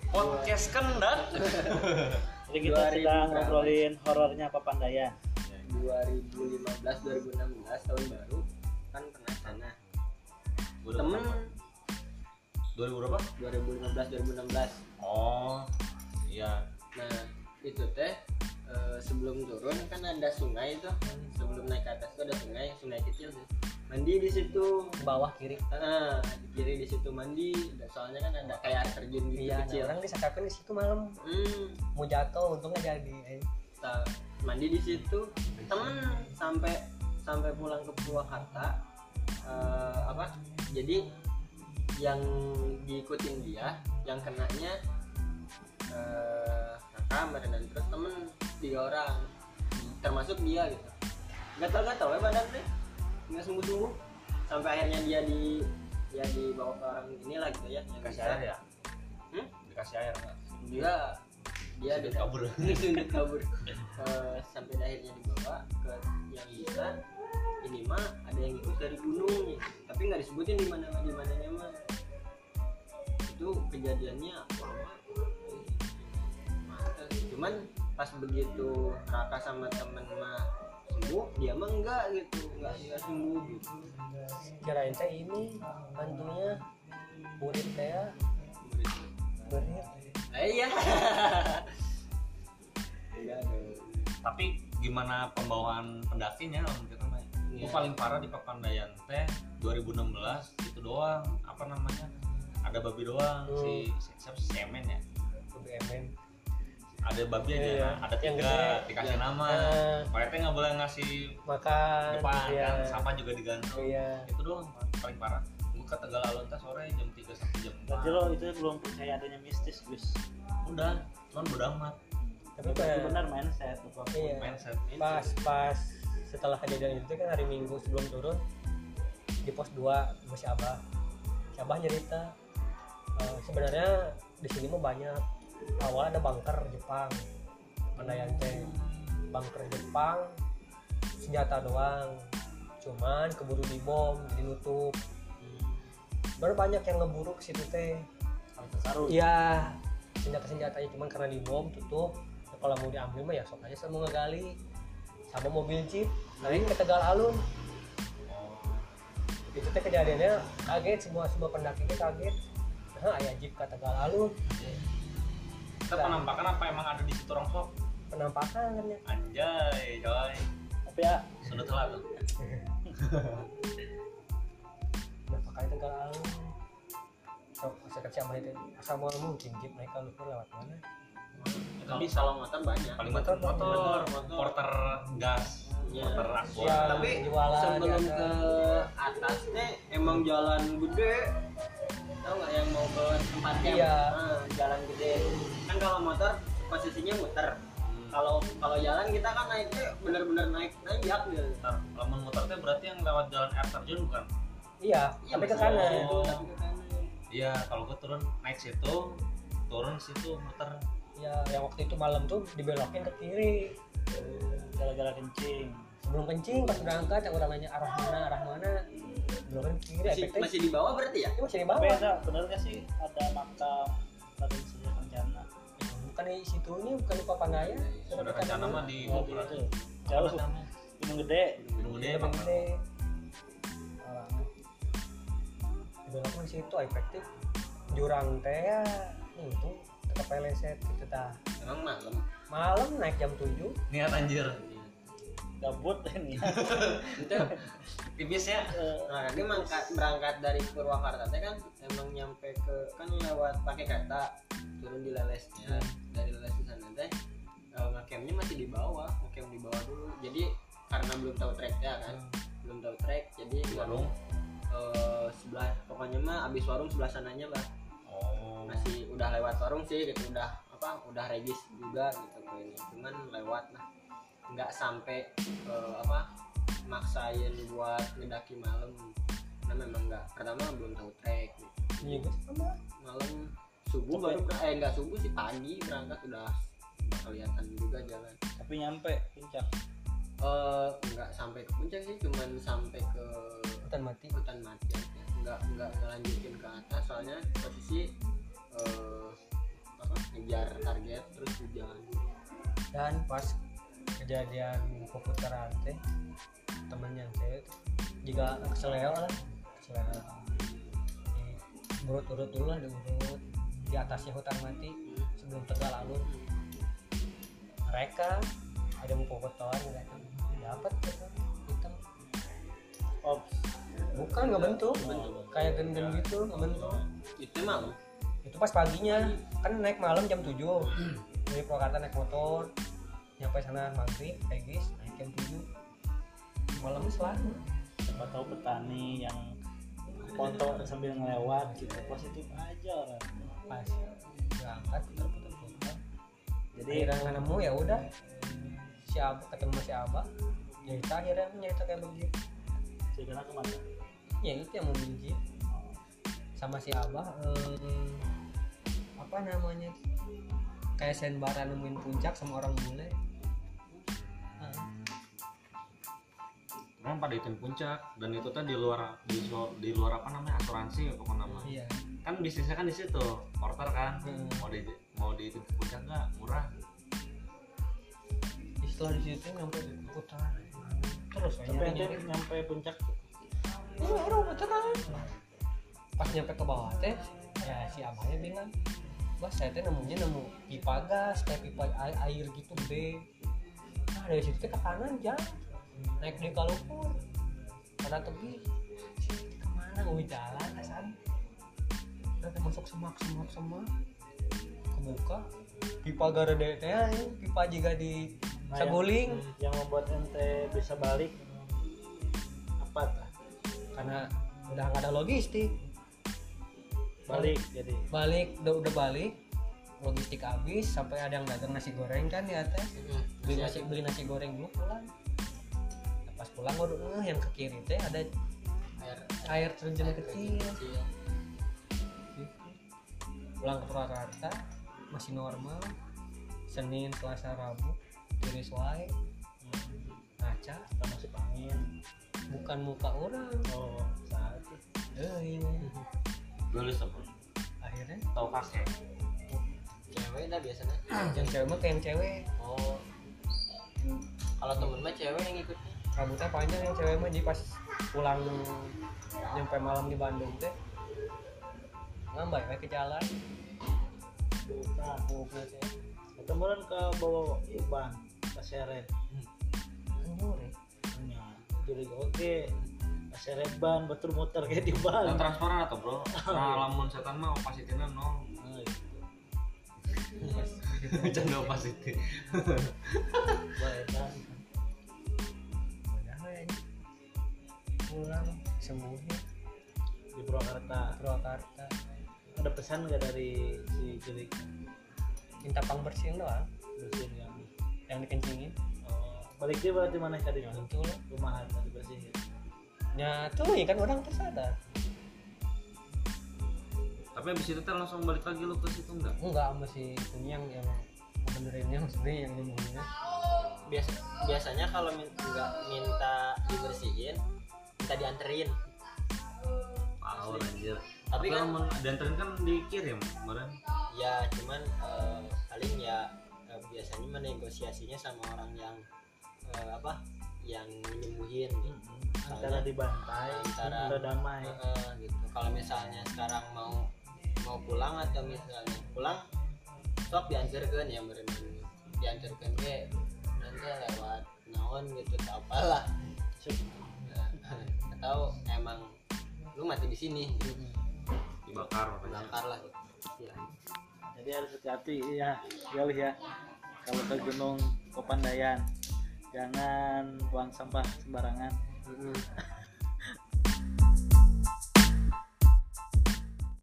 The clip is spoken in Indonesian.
Podcast kendat. Jadi kita sedang ngobrolin horornya Papandayan. 2015 2016 tahun baru kan pernah sana. Temen 2000 berapa? 2015 2016. Oh. Iya. Nah, itu teh sebelum turun kan ada sungai itu. Sebelum naik ke atas tuh ada sungai kecil tuh. Mandi di situ bawah kiri. Di kiri di situ mandi. Soalnya kan ada kayak air terjun gitu Iya, kecil. nah, orang disakakan di situ malam. Mau jatuh, untungnya jadi. Mandi di situ. Temen sampai pulang ke Purwakarta. Jadi yang diikutin dia, yang kenanya kakak dan terus temen 3 orang, termasuk dia gitu. Gatal-gatal ya badan deh, nggak sembuh sampai akhirnya dia dibawa ke orang inilah gitu ya. Dikasih air ya? Dikasih air nggak? Enggak, dia Sundut kabur. Sundut kabur. Sampai akhirnya dibawa ke yang bisa. Ini mah ada yang ikut dari gunung gitu. Tapi nggak disebutin di mananya mah. Itu kejadiannya lama. Cuman pas begitu Raka sama temen mah sembuh, dia mah enggak gitu, enggak sembuh gitu. Kirain teh ini hantunya murid teh ya. Berit. Iya. Tapi gimana pembawaan pendakinya om kita mah? Itu paling parah di Papandayan teh 2016 itu doang. Apa namanya? Ada babi doang si Semen ya. Babi Emen. Ada babi aja, ada yang 3 gede. dikasih nama. Pak RT nggak boleh ngasih Makan. depan Iya. kan, sampah juga digantung. Iya. Itu doang paling parah. Gue ke Tegal Alun teh sore jam 3 sampai jam 4. Berarti lo itu belum percaya adanya mistis, Gus. Udah, cuman bodo amat. Tapi Itu benar mindset. Iya. Mindset. Pas setelah kejadian itu kan hari Minggu sebelum turun di pos 2 sama si Abah. Si Abah cerita sebenarnya di sini mah banyak. Awal ada bunker Jepang, Pandayan teh, bunker Jepang, senjata doang, cuman keburu dibom, jadi nutup. Baru banyak yang ngeburu ke situ teh. Sarung. Iya, senjatanya cuman karena dibom tutup. Ya, kalau mau diambil mah ya sok aja sama ngegali, sama mobil jeep, naik ke Tegal Alun. Itu teh kejadiannya kaget, semua pendakinya kaget. Nah, aya jeep ke Tegal Alun. Kita penampakan apa emang ada di situ orang sok? Penampakan kan ya. Anjay, coy. Tapi ya Sundut telat tuh. Penampakan Tegal Alun. Sok sekat siapa itu? Asal mau mungkin jeep naik ke luhur lewat mana? Tapi kalau motor banyak. Paling Motor. motor, porter gas, Iya. porter aqua. Iya. Tapi Jualan, sebelum ya kan? ke atas teh emang jalan gede. Tahu nggak yang mau ke tempat camp? Iya. Jalan gede. Kan kalau motor posisinya muter. Kalau jalan kita kan naiknya bener-bener nanjak gitu. Kalau motor teh berarti yang lewat jalan air terjun bukan? Iya, tapi ke kanan. Tapi ke kanan. Iya, kalau gua naik situ, turun situ muter. Ya, yang waktu itu malam tuh dibelokin ke kiri. gara-gara kencing. Sebelum kencing pas berangkat yang orang nanya arah mana, belokin ke kiri. Efeknya Masih di bawah berarti ya? itu masih di bawah. Beda, bener gak sih ada makam Raden Surya Kencana? Bukan di situnya, bukan di Papandayan. Sudah rencana mah di Oh, Bogor. gitu. Jauh. Gunung Gede. Gunung Gede Lebih Pak. gede. Dibelokin di situ efektif. Jurang teh ya, itu kepeleset gitu dah. Emang malam. Malam naik jam 7. Niat anjir. Gabut ini. Itu Tipisnya nah ini berangkat dari Purwakarta teh kan emang nyampe ke kan lewat pakai kereta turun di Lelesnya. Dari Leles ke sana teh ngecampnya masih di bawah, ngecamp di bawah dulu. Jadi karena belum tahu treknya kan, belum tahu trek jadi warung. sebelah pokoknya mah abis warung sebelah sananya lah. Oh. Masih udah lewat warung sih gitu, udah regis juga gitu ke ini, cuman lewat lah, nggak sampai maksain buat ngedaki malam karena memang pertama belum tahu trek gitu. Iya gue sama. Malam subuh baru nggak subuh sih, pagi berangkat udah kelihatan juga jalan. Tapi nyampe puncak. Nggak sampai ke puncak sih, cuman sampai ke Hutan mati. aja. Nggak ngelanjutin ke atas soalnya posisi ngejar target terus hujan. Dan pas kejadian puputaran teh temennya saya juga keseleo lah, keseleo urut dulu lah, diurut di atasnya hutan mati sebelum Tegal Alur. Mereka ada mau puputan nggak dapat hitam. Ops. Bukan, nggak bentuk, kayak gen-gen gitu, nggak bentuk. Itu malam. Itu pas paginya, kan naik malam jam 7 dari Purwakarta naik motor nyampe sana maghrib, guys naik jam 7 malamnya selalu. Siapa tahu petani yang foto sambil ngelewat gitu positif aja orang. Pas berangkat putar. Jadi Akhirnya nggak nemu, ya udah si Abah ketemu si Abah, nyerita akhirnya nyerita kayak begitu. si kena kemana? Ya itu yang mau beli Jeep sama si Abah apa namanya, kayak senbara nemuin puncak sama orang bule. Memang pada itu puncak, dan itu tuh di luar apa namanya, asuransi pokoknya nama. Iya. Kan bisnisnya kan di situ, porter kan. Mau di puncak nggak murah. Setelah di situ nyampe putar terus Sampai nyampe puncak. orang putar. Pas nyampe ke bawah teh ya si Abahnya bilang, "Bos, saya teh nemu pipa gas, kayak pipa air gitu gede." Nah dari situ ke kanan jam naik di Kalumpur pada tepi kemana mau jalan asan udah masuk semak kebuka pipa garede teh pipa juga di Nah, saguling yang membuat ente bisa balik apa tah? karena udah nggak ada logistik. Balik jadi Udah balik, logistik habis, sampai ada yang dagang nasi goreng kan di atas. Beli nasi goreng dulu pulang. Nah, pas pulang waduh yang ke kiri teh ada air terjun kecil. Pulang ke Purwakarta masih normal. Senin, Selasa, Rabu tiris wae. Ngaca masih angin. bukan muka orang. Oh, saat itu. Iya. Dulu sama. Akhirnya Tahu kakek. Cewek dah biasanya. yang cewek mah kayak yang cewek. Oh. Kalau temen mah cewek yang ikutnya. Rambutnya panjang yang cewek mah, jadi pas pulang nyampe malam di Bandung teh ngambek we ke jalan. Nah, Bukan sih. ketemuan ke bawa Iban ke Seret. Anjur ya. Nya, jadi oke. Sereban betul muter kayak di Dan Bali. transparan atau bro? Nah, lamun setan mah opacity-nya nol. Canda opacity. Baedan. Udah we aja. Pulang sembuhnya Di Purwakarta. Purwakarta. Ada pesan nggak dari si Jelik? Minta pangbersihin doang Bersihin yang dikencingin. Oh, balik dia berarti mana tadi? Itu lah. Rumahan tadi bersihin. Ya tuh ya kan orang tersadar. Tapi abis itu teh langsung balik lagi lu ke situ enggak? Enggak, masih punya yang benernya maksudnya yang nyembuhinnya. Biasanya kalau nggak minta dibersihin, minta dianterin. Power anjir. Tapi kan lamun dianterin kan dikirim kemarin. ya cuman paling ya biasanya menegosiasinya sama orang yang yang menyembuhin gitu. Antara dibantai, Antara- atau damai. Gitu. Kalau misalnya sekarang mau pulang atau misalnya pulang, sok diantarkan ya berenang, diantarkan ke nanti lewat naon gitu atau apalah. Atau emang lu mati di sini, gitu. Dibakar makanya. Bangkar lah gitu. Ya. Jadi harus hati-hati ya, jauh ya. Kalau ke Gunung Papandayan, jangan buang sampah sembarangan.